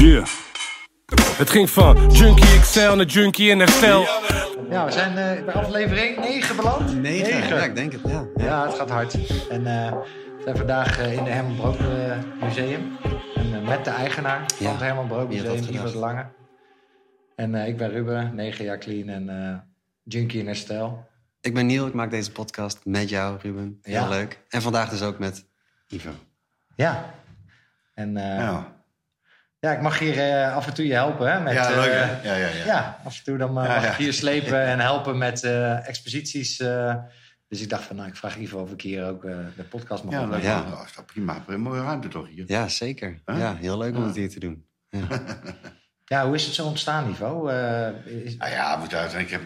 Yeah. Het ging van Junkie XL naar Junkie in herstel. Ja, we zijn bij aflevering 9 beland. 9? Ja, ik denk het, ja. Ja, het gaat hard. En we zijn vandaag in de Herman Brood Museum. En met de eigenaar van het Herman Brood Museum, Ivo de Lange. En ik ben Ruben, 9 jaar clean en Junkie in herstel. Ik ben Niel, ik maak deze podcast met jou, Ruben. Heel leuk. En vandaag dus ook met Ivo. Ja. En ja, ik mag hier af en toe je helpen. Hè, met, leuk. Ja, af en toe dan mag ik hier slepen en helpen met exposities. Dus ik dacht van, ik vraag Ivo of ik hier ook de podcast mag opnemen. Ja, dat is prima. Mooie ruimte toch hier? Ja, zeker. Huh? Ja, heel leuk om het hier te doen. Ja. Ja, hoe is het zo ontstaan, Ivo? Ik heb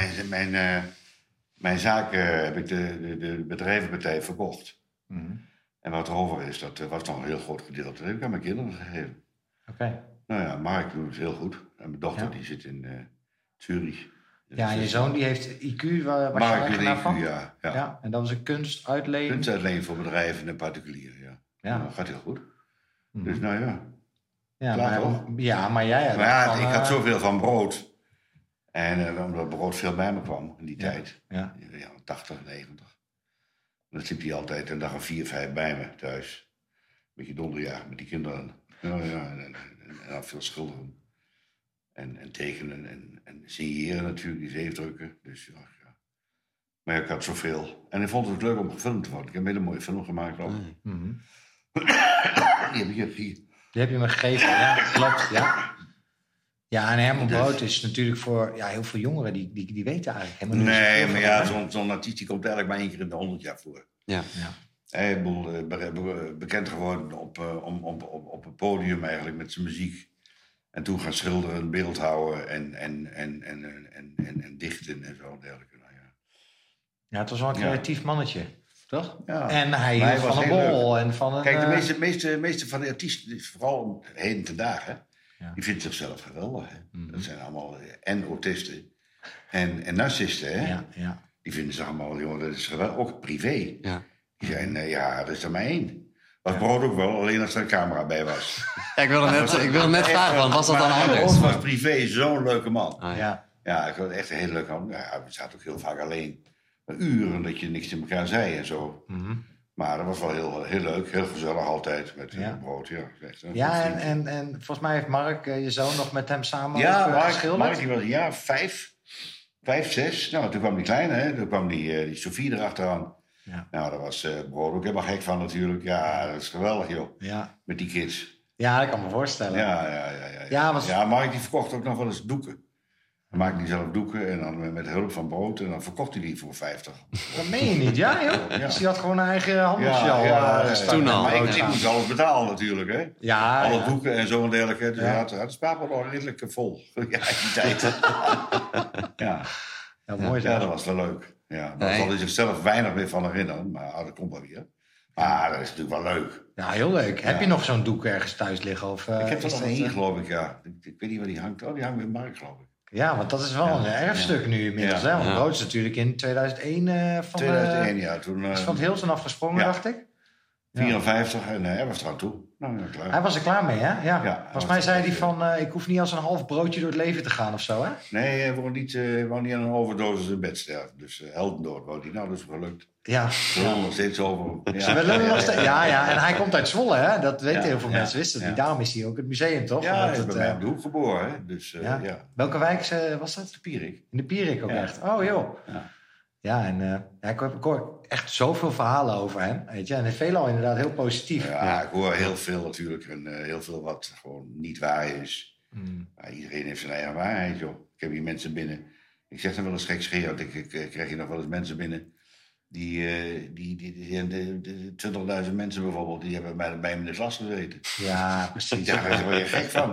mijn zaak heb ik de bedrijvenpartij verkocht. Mm-hmm. En wat erover is, dat was nog een heel groot gedeelte. Dat heb ik aan mijn kinderen gegeven. Oké. Nou ja, Mark doet het heel goed. En mijn dochter die zit in Zurich. Ja, en je zoon die heeft IQ, waar was je eigenaar van? Ja. En dat was een kunstuitleen? Kunstuitleen voor bedrijven en particulieren, ja. Nou, gaat heel goed. Mm-hmm. Dus nou ja. Maar jij... ik had zoveel van brood. En omdat brood veel bij me kwam in die tijd. Ja, 80, 90. Dan zit hij altijd een dag of 4, 5 bij me thuis. Beetje donderjagen met die kinderen. En dan veel schilderen. En tekenen en signeren natuurlijk, die zeefdrukken. Dus ja. Maar ik had zoveel. En ik vond het leuk om gefilmd te worden. Ik heb een hele mooie film gemaakt ook. Mm-hmm. Die heb ik hier. Die heb je me gegeven, ja, klopt, ja. Ja, en Herman Brood is natuurlijk voor heel veel jongeren, die weten eigenlijk helemaal niet. Nee, maar ja, zo'n artiest die komt eigenlijk maar 1 keer in de 100 jaar voor. Ja. Hij is bekend geworden op het podium eigenlijk met zijn muziek. En toen gaan schilderen, beeld houden en dichten en zo dergelijke. Nou, ja, het was wel een creatief mannetje, toch? Ja. En hij hield van een bol en van een... Kijk, de meeste van de artiesten, vooral heden ten dagen, die vinden zichzelf geweldig. Hè? Mm-hmm. Dat zijn allemaal autisten en narcisten. Hè? Ja. Die vinden zich allemaal, jongen, dat is geweldig. Ook privé. Ja. Die zijn, dat is er maar 1. Was Brood ook wel, alleen als er een camera bij was. Ja, ik wil net vragen, want was dat dan anders? Brood was privé zo'n leuke man. Ja, ik was echt een hele leuke man. Ja, we zaten ook heel vaak alleen. Uren dat je niks tegen elkaar zei en zo. Mm-hmm. Maar dat was wel heel, heel leuk, heel gezellig altijd met Brood. Ja, en volgens mij heeft Mark, je zoon, nog met hem samen geschilderd. Mark die was 5, 6. Nou, toen kwam die kleine, hè? Toen kwam die Sofie erachteraan. Ja. Nou, daar was Brood ook helemaal gek van natuurlijk. Ja, dat is geweldig, joh. Ja. Met die kids. Ja, dat kan me voorstellen. Ja, Mark die verkocht ook nog wel eens doeken. Dan maakte hij zelf doeken en dan met hulp van Brood. En dan verkocht hij die voor 50. Dat meen je niet, ja joh? Dus hij had gewoon een eigen handelsje toen al. Maar ik moest alles betalen natuurlijk, hè? Ja. Alle boeken en zo en dergelijke. Dus hij had de spaarpot al redelijk vol. Ja, in die tijd. Ja, mooi zo. Ja, dat was wel leuk. Ja, daar zal hij zichzelf weinig meer van herinneren. Maar dat komt wel weer. Maar dat is natuurlijk wel leuk. Ja, heel leuk. Heb je nog zo'n doek ergens thuis liggen? Of, ik heb er nog 1, geloof ik, ja. Ik weet niet waar die hangt. Oh, die hangt bij Mark, geloof ik. Ja, want dat is wel een erfstuk nu inmiddels. Hè? Want Brood is natuurlijk in 2001 van 2001, toen... is van het Hilton afgesprongen, dacht ik. 54 en hij was er aan toe. Nou, klaar. Hij was er klaar mee, hè? Ja. Volgens mij zei hij van, ik hoef niet als een half broodje door het leven te gaan of zo, hè? Nee, hij wou niet aan een overdosis in bed sterven. Dus heldendood wou hij. Nou, dat is gelukt. Ja. Ze lullen nog steeds over. Ja, en hij komt uit Zwolle, hè? Dat weten heel veel mensen, wisten het niet. Daarom is hij ook het museum, toch? Ja, hij is bij mij op de hoek geboren, hè? Dus, Welke wijk was dat? De Pierik. In de Pierik ook echt? Oh, joh. Ja, en ik hoor echt zoveel verhalen over hem, weet je. En veelal inderdaad heel positief. Ja, ik hoor heel veel natuurlijk. En heel veel wat gewoon niet waar is. Maar iedereen heeft zijn eigen waarheid, joh. Ik heb hier mensen binnen. Ik zeg dan wel eens gekscherend. Ik krijg hier nog wel eens mensen binnen. Die 20.000 mensen bijvoorbeeld, die hebben bij me in de klas gezeten. Ja, precies. Daar word je gek van.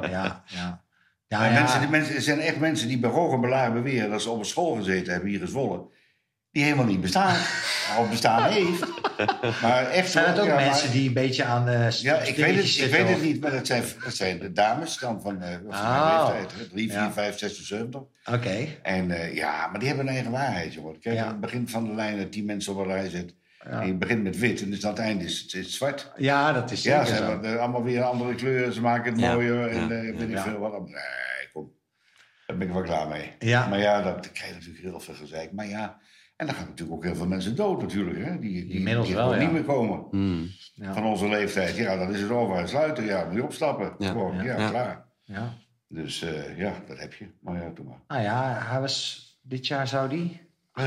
Er zijn echt mensen die bij hoog en belaar beweren dat ze op een school gezeten hebben hier in Zwolle. Die helemaal niet bestaan. Of bestaan heeft. Maar echt, zijn het ook mensen die een beetje aan ik weet het niet. Maar dat zijn de dames dan van mijn leeftijd. 3, 4, 5, 76. Oké. En maar die hebben een eigen waarheid, joh. Kijk, aan het begin van de lijn dat 10 mensen op een rij zitten. Ja. En je begint met wit en dus aan het einde is het zwart. Ja, dat is zeker ze hebben allemaal weer een andere kleur. Ze maken het mooier en weet ik veel wat. Nee, kom. Daar ben ik wel klaar mee. Ja. Maar ja, dat krijg je natuurlijk heel veel gezeik. Maar ja, en dan gaan natuurlijk ook heel veel mensen dood natuurlijk. Hè? Die inmiddels wel, niet meer komen. Ja. Van onze leeftijd. Ja, dan is het over. Sluiten, ja, moet je opstappen. Ja. Gewoon, klaar. Ja. Dus dat heb je. Maar ja, doe maar. Nou ja, hij was... Dit jaar zou die...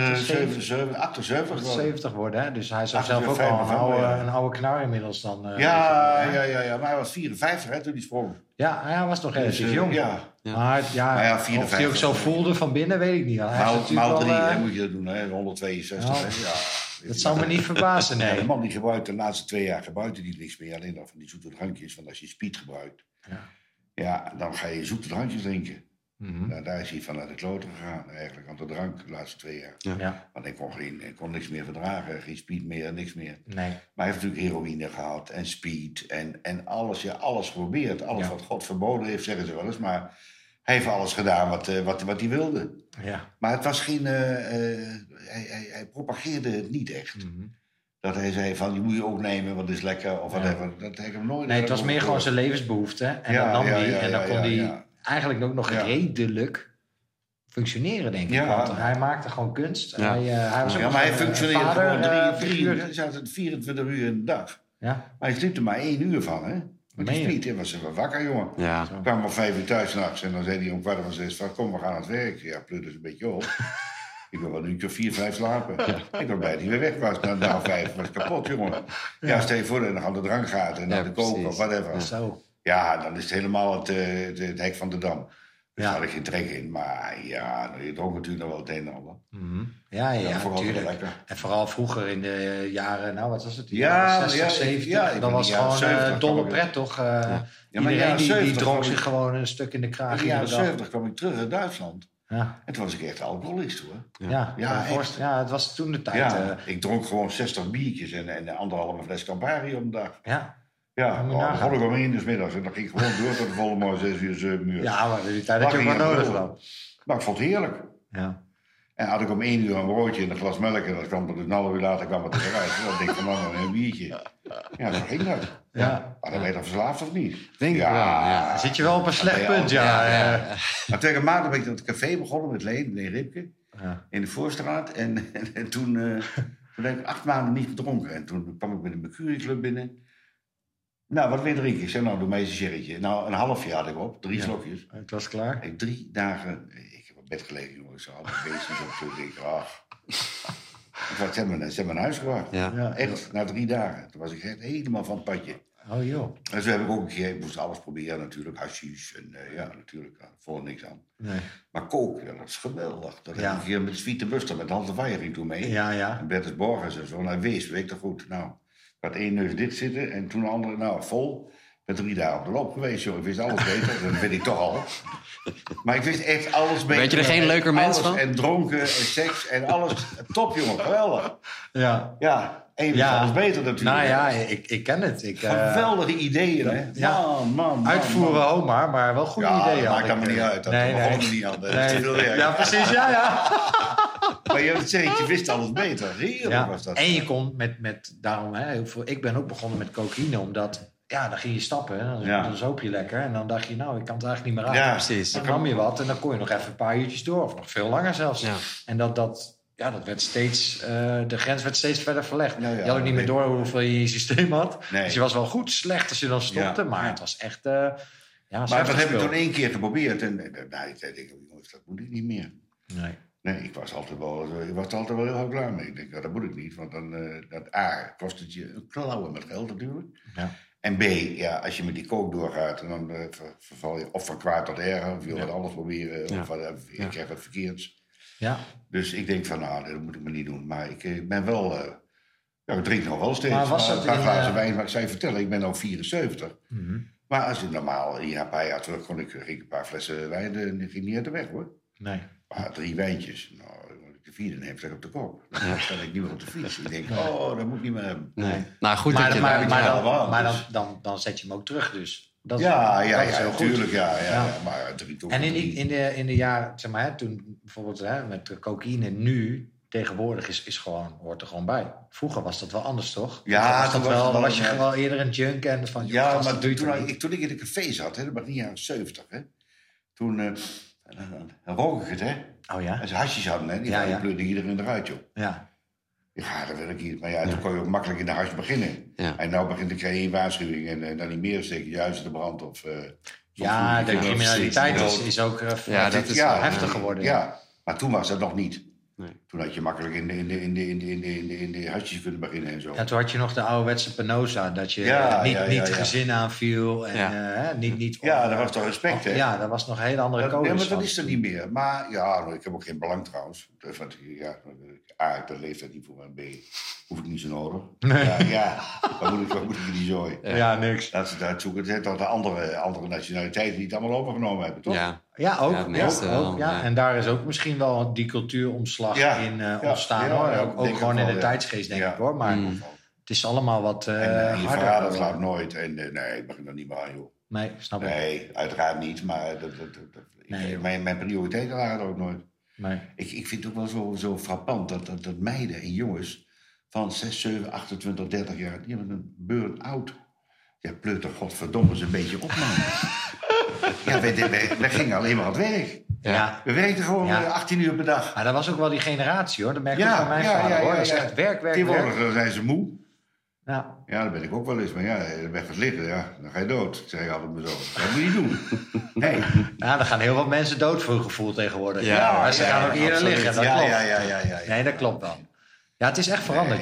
78 worden, hè? Dus hij zou zelf ook al een oude knar inmiddels dan... Maar hij was 54 hè, toen hij sprong. Ja, hij was nog relatief jong. Ja. Maar ja, of hij ook zo voelde van binnen, weet ik niet. Maal 3 moet je dat doen, hè? 162. Hè? Ja, dat zou me niet verbazen, nee. De man die gebruikt de laatste 2 jaar gebruikte die niks meer. Alleen nog van die zoete drankjes. Want als je speed gebruikt, dan ga je zoete drankjes drinken. Nou, daar is hij vanuit de kloten gegaan, eigenlijk, aan de drank de laatste 2 jaar. Ja. Want hij kon niks meer verdragen, geen speed meer, niks meer. Nee. Maar hij heeft natuurlijk heroïne gehad en speed en alles, alles geprobeerd. Alles wat God verboden heeft, zeggen ze wel eens. Maar hij heeft alles gedaan wat hij wilde. Ja. Maar het was geen... hij propageerde het niet echt. Dat hij zei van, die moet je ook nemen, want het is lekker. Of whatever. Dat heb ik hem nooit... Nee, het was meer gewoon zijn levensbehoefte. En dan nam hij en dan kon hij... Eigenlijk ook nog redelijk functioneren, denk ik. Want hij maakte gewoon kunst. Ja. Hij was ook maar hij functioneerde gewoon 3 uur. Hij zat 24 uur in de dag. Ja. Maar hij sliep er maar 1 uur van, hè? Want die speed, hij was even wakker, jongen. Ja. Hij kwam om 5 uur thuis 's nachts en dan zei hij om 5:15 van, kom, we gaan aan het werk. Ja, plut dus een beetje op. Ik wil wel een uurtje of 4, 5 slapen. Ik was blij dat hij weer weg was. Na dag 5 was kapot, jongen. Ja, stel je voor, en dan gaan de drankgaten en dan de koken of whatever. Zo. Ja, dan is het helemaal het hek van de dam. Dus daar had ik geen trek in. Maar ja, je dronk natuurlijk nog wel het een en ander. Ja, natuurlijk. En vooral vroeger in de jaren, wat was het? 60, 70. Dat was gewoon dolle pret, toch? Iedereen die dronk zich gewoon een stuk in de kraag. In de jaren 70 kwam ik terug uit Duitsland. Ja. En toen was ik echt alcoholist, hoor. Ja, het was toen de tijd. Ik dronk gewoon 60 biertjes en 1,5 fles Campari op een dag. Ja. Ja, begon ik om 1 uur 's middags en dan ging ik gewoon door tot de volgende morgen 6 uur, 7 uur. Ja, maar die tijd had je ook maar nodig dan. Maar ik vond het heerlijk. Ja. En had ik om 1 uur een broodje en een glas melk en dat kwam een half uur later kwam het eruit. Dan denk ik van dan een biertje. Ja, zo ging dat. Ja. Maar dan ben je dan verslaafd of niet? Denk ik wel, ja. Zit je wel op een slecht punt, Maar tegen een maand ben ik op het café begonnen met meneer Ripke, in de Voorstraat. En toen heb ik 8 maanden niet gedronken. En toen kwam ik met een Mercury Club binnen. Nou, wat wil je drinken? Ik zei, nou, doe mij eens een sherrytje. Nou, een halfje had ik op, 3 slokjes. Het was klaar. 3 dagen, ik heb op bed gelegen, jongens. Ze hadden beestjes op, toen denk ik, Ze hebben me naar huis gebracht. Ja. Echt, na 3 dagen. Toen was ik echt helemaal van het padje. Oh joh. En zo heb ik ook een keer, ik moest alles proberen natuurlijk. Hashish en natuurlijk, vond niks aan. Nee. Maar kook, dat is geweldig. Dat heb ik een keer met Sweet de Buster, met Hans de Vijering toen mee. En Bertus Borgers en zo. Nou, weet toch goed. Nou, ik had 1 neus dit zitten en toen de andere, vol. Ik ben 3 dagen op de loop geweest, joh. Ik wist alles beter, dat weet ik toch al. Maar ik wist echt alles beter. Weet je er geen leuker mens van? En dronken en seks en alles. Top, jongen, geweldig. Ja. Ja, en je alles beter natuurlijk. Nou ja, ik ken het. Geweldige ideeën, hè? Ja. Man. Uitvoeren ook maar wel goede ideeën. Dat maakt dat me niet uit. Dat begon er niet aan. Dat is te veel werk. Ja, precies, ja. Maar je wist alles beter. Heerlijk was dat. En je kon daarom, heel veel. Ik ben ook begonnen met cocaïne, omdat... Ja, dan ging je stappen, dan zoop je lekker. En dan dacht je, nou, ik kan het eigenlijk niet meer aan. Ja, precies. Dan nam je wat en dan kon je nog even een paar uurtjes door. Of nog veel langer zelfs. Ja. En dat werd steeds... de grens werd steeds verder verlegd. Je had ook niet meer door hoeveel je in je systeem had. Nee. Dus je was wel goed slecht als je dan stopte. Maar het was echt... maar dat heb ik toen 1 keer geprobeerd. En ik denk, jongens, dat moet ik niet meer. Nee, ik was altijd wel heel erg klaar mee. Ik denk, dat moet ik niet. Want dan kost het je een klauwen met geld natuurlijk. Ja. En B, als je met die kook doorgaat, dan verval je of van kwaad tot erger, of je wil wat anders proberen, of je krijgt wat verkeerds. Ja. Dus ik denk van, dat moet ik maar niet doen. Maar ik ben wel, ik drink nog wel steeds. Maar een paar glazen wijn, maar ik zou je vertellen, ik ben al 74. Mm-hmm. Maar als ik normaal, een paar jaar terug, ging ik een paar flessen wijn, ging niet uit de weg, hoor. Nee. Maar 3 wijntjes, de 4e neemt ik op de kop. Dan sta ik niet meer op de fiets. Ik denk, dat moet ik niet meer hebben. Nee. Nou, goed maar dan zet je hem ook terug dus. Dat is natuurlijk. Maar en in de jaren, zeg maar, toen bijvoorbeeld met de cocaïne nu... tegenwoordig hoort er gewoon bij. Vroeger was dat wel anders, toch? Ja, dan was je wel eerder een junk en van... Ja, maar toen ik in de café zat, hè, dat was niet jaren 70, hè. Toen rook ik het, hè. Oh ja? Als ze hasjes hadden, hè. Die pleurde iedereen eruit, joh. Ja. Ja, dat wil ik niet. Maar toen kon je ook makkelijk in de hash beginnen. Ja. En nou begint ik één waarschuwing en dan niet meer steken je huis in de brand of... de criminaliteit is ook heftig geworden. Ja, maar toen was dat nog niet. Nee. Toen had je makkelijk in de hasjes kunnen beginnen en zo. Ja, toen had je nog de ouderwetse Penosa, dat je niet gezin aanviel. En, niet dat was toch respect, hè? Ja, dat was nog een hele andere code. Ja, maar dat is er niet meer. Maar ik heb ook geen belang trouwens. Ik ben leeftijd niet voor, maar B, hoef ik niet zo nodig. Nee. Wat moet ik in die zooi? Ja, niks. Dat ze daar zoeken. Het zijn toch de andere nationaliteiten die het allemaal overgenomen hebben, toch? Ja, ook. En daar is ook misschien wel die cultuuromslag in ontstaan, hoor. Ook gewoon in de tijdsgeest, denk ik, hoor. Maar het is allemaal wat en je verrader slaapt nooit. En nee, ik begin er niet meer aan, joh. Nee, snap ik. Nee, uiteraard niet. Maar mijn prioriteiten waren er ook nooit. Nee. Ik vind het ook wel zo frappant dat meiden en jongens van 6, 7, 28, 30 jaar... die hebben een burn-out. Ja, pleurt er godverdomme eens een beetje op, man. Ja, wij gingen alleen maar aan het werk. Ja. We werkten gewoon 18 uur per dag. Maar dat was ook wel die generatie, hoor. Dat merk ik van mijn vader, hoor. Dat is echt werk. Tegenwoordig zijn ze moe. Ja, dat ben ik ook wel eens. Maar dan ben je liggen, dan ga je dood. Zeg ik altijd maar zo. Dat moet je niet doen. Nee. Er gaan heel wat mensen dood voor hun gevoel tegenwoordig. Maar ze gaan ook eerder liggen, dat klopt. Ja. Nee, dat klopt wel. Ja, het is echt veranderd,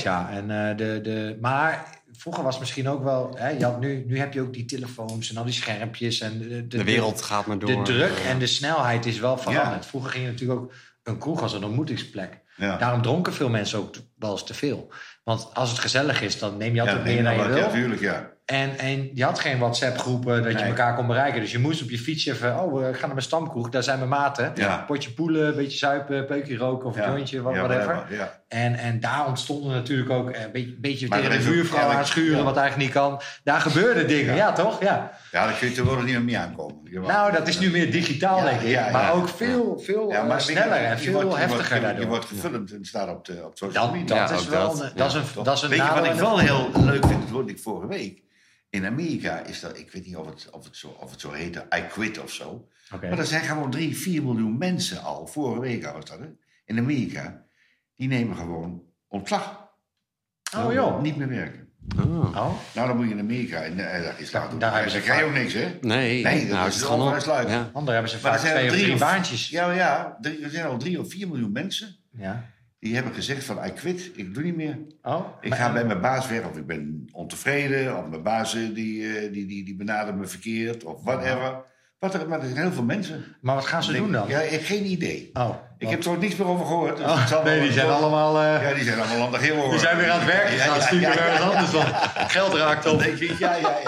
En, maar vroeger was misschien ook wel... Hè, nu heb je ook die telefoons en al die schermpjes. En de wereld gaat maar door. De druk en de snelheid is wel veranderd. Ja. Vroeger ging je natuurlijk ook een kroeg als een ontmoetingsplek. Ja. Daarom dronken veel mensen ook wel eens te veel. Want als het gezellig is, dan neem je altijd meer dan je wil. Ja, tuurlijk, ja. En je had geen WhatsApp-groepen dat je elkaar kon bereiken. Dus je moest op je fietsje even... we gaan naar mijn stamkroeg, daar zijn mijn maten. Ja. Potje poelen, een beetje zuipen, peukje roken of een jointje, whatever. Ja. En daar ontstonden natuurlijk ook een beetje tegen de buurvrouw aanschuren... wat eigenlijk niet kan. Daar gebeurden dingen, toch? Ja, daar kun je tegenwoordig niet meer mee aankomen. Dat is nu meer digitaal, denk ik. Maar ook veel sneller en veel heftiger daardoor. Je wordt gefilmd en staat op social media. Dat is wel... Dat is een weet je wat ik wel heel leuk vind? Dat hoorde ik vorige week. In Amerika is dat, ik weet niet of het zo heet, I Quit of zo. Okay. Maar er zijn gewoon 3-4 miljoen mensen al, vorige week was dat, hè, in Amerika, die nemen gewoon ontslag. Oh joh. Niet meer werken. Oh. Nou, dan moet je in Amerika, en daar krijg je ook niks, hè? Nee, dat is gewoon uitsluiten. Ja. Anderen hebben ze vaak 2 of 3 baantjes. Er zijn al 3 of 4 miljoen mensen. Ja. Die hebben gezegd van, I quit, ik doe niet meer. Ik ga bij mijn baas weg, of ik ben ontevreden... of mijn baas die benadert me verkeerd, of whatever. Maar er zijn heel veel mensen. Maar wat gaan ze doen dan? Ja, ik heb geen idee. Ik heb er ook niks meer over gehoord. Dus die zijn allemaal... die zijn allemaal aan de geel hoor. Die zijn weer aan het werken. Gaan sturen ergens anders, want geld raakt op. Denk ik,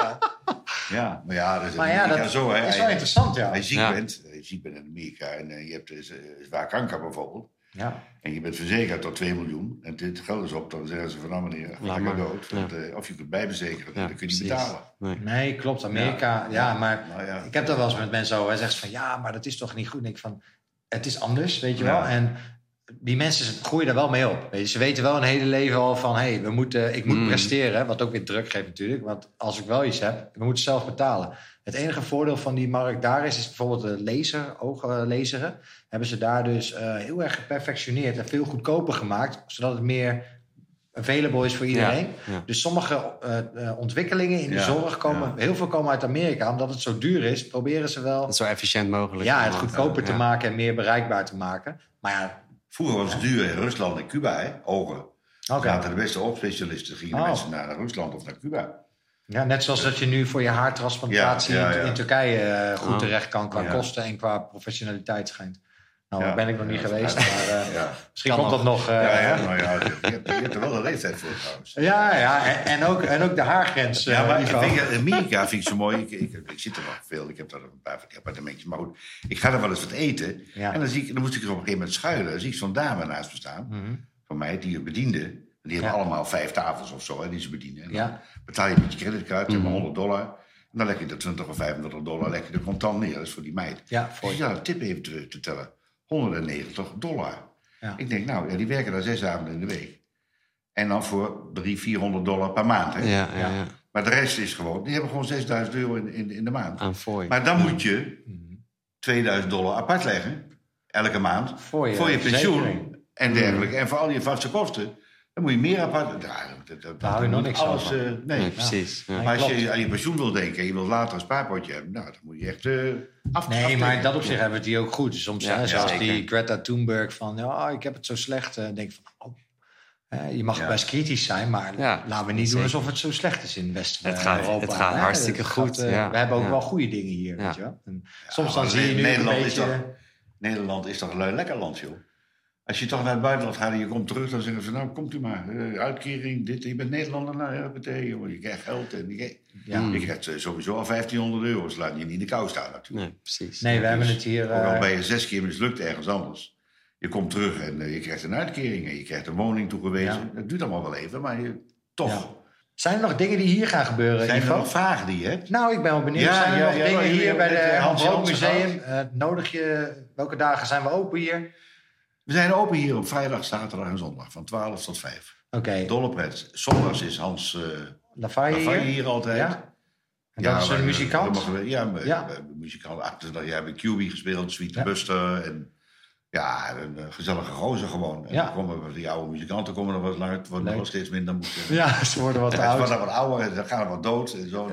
Ja, maar dat is zo. Is wel interessant, ja. Als je ziek bent in Amerika en je hebt zwaar kanker bijvoorbeeld... Ja. En je bent verzekerd tot 2 miljoen. En dit geld is op, dan zeggen ze van nou meneer, ga maar dood. Ja. Of je kunt bijbezekeren, dan kun je niet betalen. Nee, klopt. Amerika, maar ik heb dat wel eens met mensen over. Hij zegt van maar dat is toch niet goed. En ik van, het is anders, weet je wel. En die mensen groeien daar wel mee op. Weet je, ze weten wel een hele leven al van ik moet presteren. Wat ook weer druk geeft natuurlijk. Want als ik wel iets heb, we moeten zelf betalen. Het enige voordeel van die markt daar is bijvoorbeeld de ooglezeren. Hebben ze daar dus heel erg geperfectioneerd en veel goedkoper gemaakt. Zodat het meer available is voor iedereen. Ja. Dus sommige ontwikkelingen in de zorg heel veel komen uit Amerika. Omdat het zo duur is, proberen ze wel... Het zo efficiënt mogelijk. Ja, het goedkoper te maken en meer bereikbaar te maken. Maar vroeger was het duur in Rusland en Cuba, hè? Ogen. Zaten de beste oogspecialisten. Gingen mensen naar Rusland of naar Cuba. Ja, net zoals dat je nu voor je haartransplantatie in Turkije goed terecht kan qua kosten en qua professionaliteit schijnt. Nou, daar ben ik nog niet geweest, maar misschien komt dat nog. Je hebt er wel een leeftijd voor trouwens. En ook de haargrens. Maar Amerika vind ik zo mooi. Ik zit er nog veel, ik heb daar een paar van die appartementjes. Maar goed, ik ga er wel eens wat eten. Ja. En dan moest ik er op een gegeven moment schuilen. Dan zie ik zo'n dame naast me staan, van mij, die je bediende. Die hebben allemaal 5 tafels of zo, die ze bedienen. En dan betaal je met je creditcard, zeg maar $100. En dan leg je er $20 of $35 leg je er contant neer. Dat is voor die meid. Ja, dus je een tip even te tellen. $190. Ja. Ik denk, nou, die werken daar 6 avonden in de week. En dan voor $300-400 per maand. Hè? Ja. Maar de rest is gewoon... Die hebben gewoon €6.000 in de maand. Aan fooi. Maar dan moet je $2.000 apart leggen. Elke maand. Voor je pensioen verzekering. en dergelijke. En voor al je vaste kosten. Dan moet je meer apart... Daar hou je nog niks alles, van. Nee, precies. Ja. Maar als je aan je pensioen wil denken en je wilt later een spaarpotje hebben... Nou, dan moet je echt Nee, maar in dat opzicht hebben we het hier ook goed. Soms, zoals zeker. die Greta Thunberg van... ik heb het zo slecht. Denk van... je mag best kritisch zijn, maar laten we niet doen alsof het zo slecht is in West-Europa. Het gaat hartstikke goed. We hebben ook wel goede dingen hier, weet je wel. En soms dan zie je nu Nederland een beetje... Nederland is toch een lekker land, joh. Als je toch naar het buitenland gaat en je komt terug, dan zeggen ze... Nou, komt u maar. Uitkering, dit. Je bent Nederlander, nou, joh. Je krijgt geld en je krijgt sowieso al €1.500. Laat je niet in de kou staan, natuurlijk. Nee, precies. Nee, we hebben het hier... Ook al ben je 6 keer mislukt ergens anders... Je komt terug en je krijgt een uitkering en je krijgt een woning toegewezen. Ja. Dat duurt allemaal wel even, maar toch. Ja. Zijn er nog dingen die hier gaan gebeuren? Zijn er nog vragen die je hebt? Nou, ik ben wel benieuwd. Zijn er nog dingen hier bij het Hans Brood Museum? Nodig je... Welke dagen zijn we open hier? We zijn open hier op vrijdag, zaterdag en zondag. Van 12 tot 5. Oké. Dolle pret. Zondags is Hans Lafayette hier altijd. Ja. En dat is een muzikant? Muzikant. Achter jij hebt QB gespeeld, Sweet Buster en... Ja, een gezellige gozer gewoon. En dan komen die oude muzikanten komen er wat lang. Het wordt nog steeds minder. Ze worden wat ouder. Ze worden wat ouder, dan gaan er wat dood. En zo.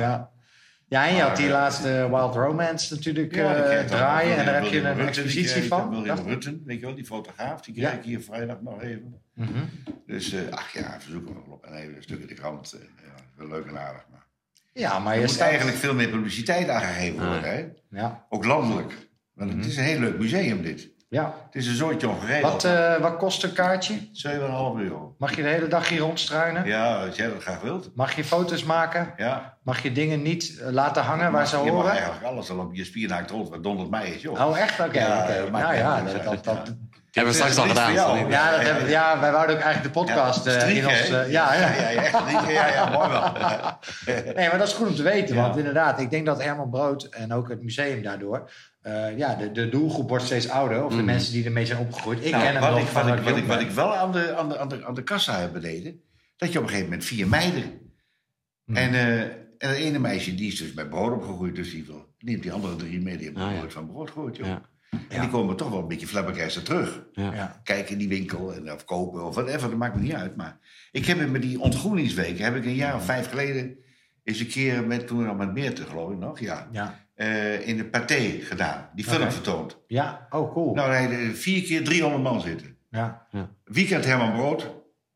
Ja, en je had die laatste Wild Romance natuurlijk draaien. En daar heb je een expositie van. William Rutten, weet je wel, die fotograaf. Die kreeg ik hier vrijdag nog even. Dus, verzoeken we wel op. En even een stuk in de krant. Wel leuk en aardig. Maar ja, maar er moet eigenlijk veel meer publiciteit aangegeven worden. Hè? Ja. Ook landelijk. Want het is een heel leuk museum, dit. Ja. Het is een zootje ongeregeld. Wat kost een kaartje? €7,5. Mag je de hele dag hier rondstruinen? Ja, als jij dat graag wilt. Mag je foto's maken? Ja. Mag je dingen niet laten hangen waar ze horen? Je mag eigenlijk alles al op je spiernaakt rond, wat donderd mij is, joh. Oh, echt? Oké. Nou ja, dat hebben we straks al gedaan. Wij wouden ook eigenlijk de podcast in ons... Ja, mooi wel. Nee, maar dat is goed om te weten. Want inderdaad, ik denk dat Herman Brood en ook het museum daardoor... de doelgroep wordt steeds ouder. Of de mensen die ermee zijn opgegroeid. Ik ken hem nog van wat ik wel aan de kassa heb beneden... dat je op een gegeven moment 4 meiden... En het ene meisje die is dus met brood opgegroeid. Dus die neemt die andere 3 mee. Die hebben nooit van brood gehoord, joh. Ja. En die komen toch wel een beetje flabbergasted terug. Ja. Kijken in die winkel of kopen of whatever, dat maakt me niet uit. Maar ik heb met die ontgroeningsweken, heb ik een jaar of 5 geleden... eens een keer, toen we nog met Meerte, geloof ik nog, in de Pathé gedaan. Die film vertoond. Ja, oh cool. Nou, daar hadden 4 keer 300 man zitten. Ja. Weekend Herman Brood.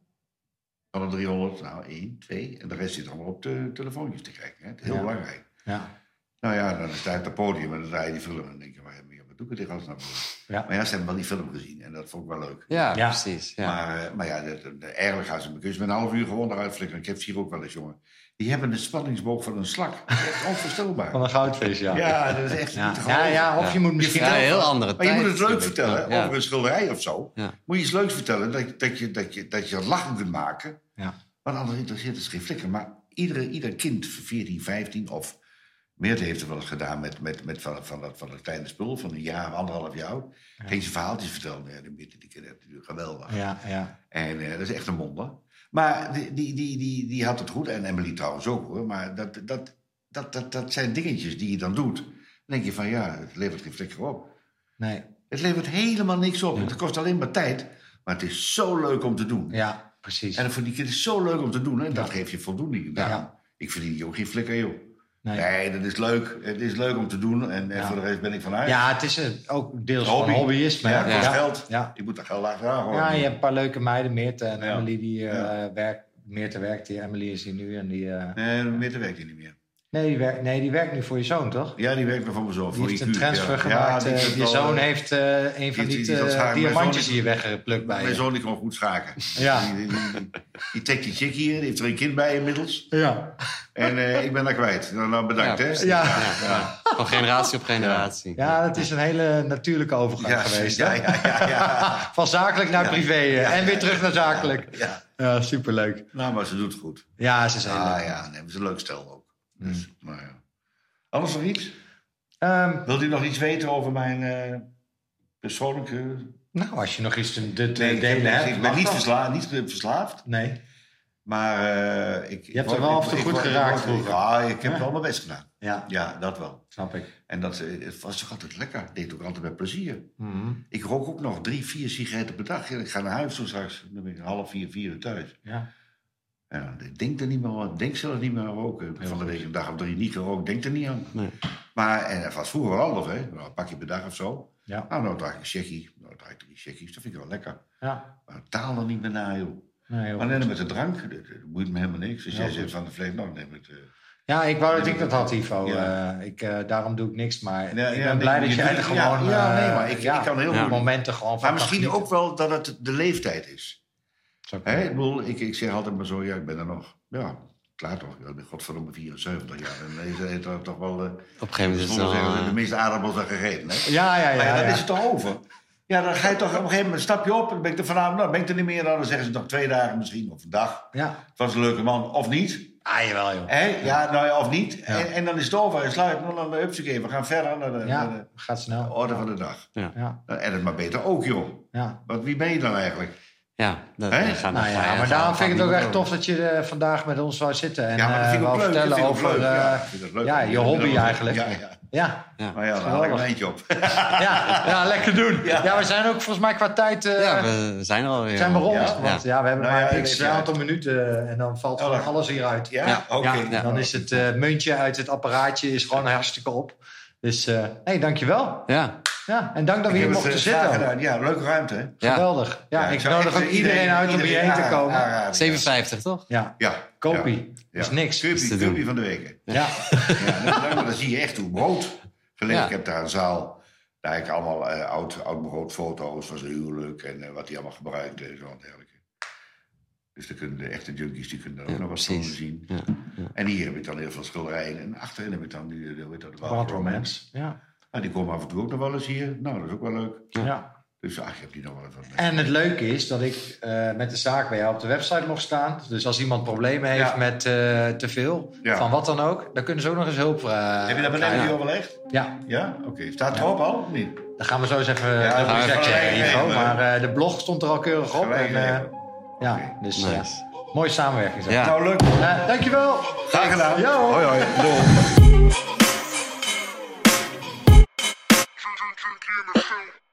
Van de 300, 1, 2. En de rest zit allemaal op de telefoontjes te kijken. Hè? Heel belangrijk. Ja. Nou ja, dan sta je op het podium en dan draai je die film en dan denk je... Wat doe ik het tegen ons nou? Maar ze hebben wel die film gezien en dat vond ik wel leuk. Ja, precies. Ja. Maar eigenlijk gaan ze me kussen met een half uur gewoon eruit flikkeren. Ik heb ze hier ook wel eens, jongen. Die hebben de spanningsboog van een slak. Dat is echt onvoorstelbaar. Van een goudvis, Ja, dat is echt niet te geloven. Of je moet misschien... een heel andere tijd. Maar je moet het leuk vertellen. Over een schilderij of zo. Ja. Moet je iets leuks vertellen. Dat je het lachen kunt maken. Ja. Want anders interesseert het geen flikker. Maar ieder kind van 14, 15 of... Meerte heeft er wel eens gedaan met van dat kleine spul van een jaar, 1,5 jaar oud. Ging ze verhaaltjes vertellen. Ja, de Meerte, die kind natuurlijk geweldig. Ja. En dat is echt een wonder. Maar die had het goed. En Emily trouwens ook, hoor. Maar dat zijn dingetjes die je dan doet. Dan denk je van, het levert geen flikker op. Nee. Het levert helemaal niks op. Het kost alleen maar tijd. Maar het is zo leuk om te doen. Ja, precies. En voor die kinderen is het zo leuk om te doen. En dat geeft je voldoening. Ja. Ik verdien ook geen flikker, joh. Nee, dat is leuk. Het is leuk om te doen. En voor de rest ben ik vanuit. Ja, het is ook deels van hobbyisme. Ja, kost geld. Ja. Je moet er geld achteraan gooien. Ja, je hebt een paar leuke meiden. Meerte en Emily die Meerte werkt hier. Emily is hier nu. En nee, Meerte werkt hier niet meer. Nee, die werkt nu voor je zoon, toch? Ja, die werkt nog voor mijn zoon. Die heeft een transfer gemaakt. Je zoon heeft een van die diamantjes hier weggeplukt bij je. Mijn zoon die kon goed schaken. Ja. Die trekt die chick hier. Die heeft er een kind bij inmiddels. Ja. En ik ben daar kwijt. Nou, bedankt, hè. Ja. Van generatie op generatie. Ja, dat is een hele natuurlijke overgang geweest. Ja. Van zakelijk naar privé. En weer terug naar zakelijk. Ja, superleuk. Nou, maar ze doet het goed. Ja, ze is heel leuk. Ja, ze is een leuk stel ook. Dus, Anders nog iets? Wilt u nog iets weten over mijn persoonlijke Nou, als je nog iets te delen hebt. Ik ben niet verslaafd. Nee. Maar je hebt er wel af en toe goed geraakt vroeger. Ja, ik heb wel mijn best gedaan. Ja, dat wel. Snap ik. En het was toch altijd lekker. Ik deed het ook altijd met plezier. Mm-hmm. Ik rook ook nog 3-4 sigaretten per dag. Ik ga naar huis zo straks. Dan ben ik 3:30, 4 uur thuis. Ja. Ja, ik denk er niet meer aan. Ik denk zelfs niet meer aan roken. Van de week een dag of 3 niet gerookt. Denk er niet aan. Nee. Maar en dat was vroeger wel anders. Hè. Nou, een pakje per dag of zo. Ja. Nou draag ik een checkie. Nou draag ik 3 checkies. Dat vind ik wel lekker. Ja. Maar taal er niet meer naar, joh. Nee, maar net met de drank, dat boeit me helemaal niks. Dus jij zegt van de vlees, nou neem het... Ja, ik wou dat ik dat had, Ivo. Ja. Daarom doe ik niks. Maar ik ben blij dat jij er gewoon... maar ik kan heel veel momenten gewoon van. Maar misschien ook wel dat het de leeftijd is. Hè? Ik bedoel, ik zeg altijd maar zo, ja, ik ben er nog... Ja, klaar toch. Ik ben godverdomme 74 jaar. En deze heeft er toch wel... Op een gegeven moment is het de meeste aardappels dan gegeten, hè? Ja. Dan is het toch over. Ja, dan ga je toch op een gegeven moment een stapje op. Dan ben ik er vanavond, nou, ben ik er niet meer. Dan zeggen ze nog 2 dagen misschien, of een dag. Ja. Het was een leuke man, of niet. Jawel, joh. Ja, nou ja, of niet. Ja. En dan is het over. En sluit dan de hupsakee. We gaan verder naar de gaat snel. orde van de dag. Ja. En het maar beter ook, joh. Ja. Want wie ben je dan eigenlijk? Ja, maar daarom vind ik het ook echt tof dat je vandaag met ons wou zitten. En maar dat vind ik ook leuk. vertellen over je hobby eigenlijk. Ja. Maar ja, dan haal ik een eentje op. Ja, lekker doen. Ja, we zijn ook volgens mij qua tijd... we zijn er alweer. Zijn we rond. Want we hebben maar x aantal minuten en dan valt gewoon alles hieruit. Ja, oké. Dan is het muntje uit het apparaatje is gewoon hartstikke op. Dus, dankjewel. Ja, en dank dat we hier mochten zitten. Ja, leuke ruimte, hè? Geweldig. Ja, ik nodig ook iedereen uit om hierheen te komen. 7,50 toch? Ja. Kopie. Is niks. Kopie van de weken. Ja. Dan zie je echt hoe brood. Ik heb daar een zaal. Daar heb ik allemaal oud broodfoto's van zijn huwelijk en wat hij allemaal gebruikte en zo en dergelijke. Dus de echte junkies die kunnen ook nog wat van zien. Ja. En hier heb ik dan heel veel schilderijen. En achterin heb ik dan de Wild Romance. Ja. Die komen af en toe ook nog wel eens hier. Nou, dat is ook wel leuk. Ja. Dus je hebt die nog wel even. En het leuke is dat ik met de zaak bij jou op de website mocht staan. Dus als iemand problemen heeft met te veel, van wat dan ook, dan kunnen ze ook nog eens hulp vragen. Heb je dat met hem overlegd? Ja. Ja? Oké. Staat het erop al? Nee. Dan gaan we zo eens even checken. Maar de blog stond er al keurig op. Dus mooie samenwerking. Ja. Nou, leuk. Dankjewel. Graag gedaan. Ja, hoi. Doei.